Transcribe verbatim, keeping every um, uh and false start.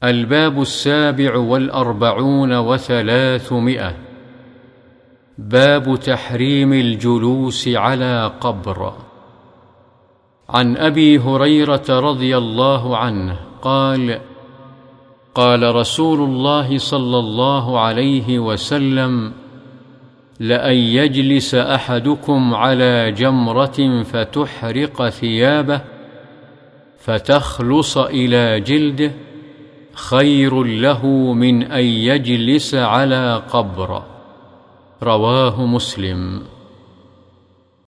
الباب السابع والأربعون وثلاثمائة. باب تحريم الجلوس على قبر. عن أبي هريرة رضي الله عنه قال: قال رسول الله صلى الله عليه وسلم: لأن يجلس أحدكم على جمرة فتحرق ثيابه فتخلص إلى جلده خير له من أن يجلس على قبر. رواه مسلم.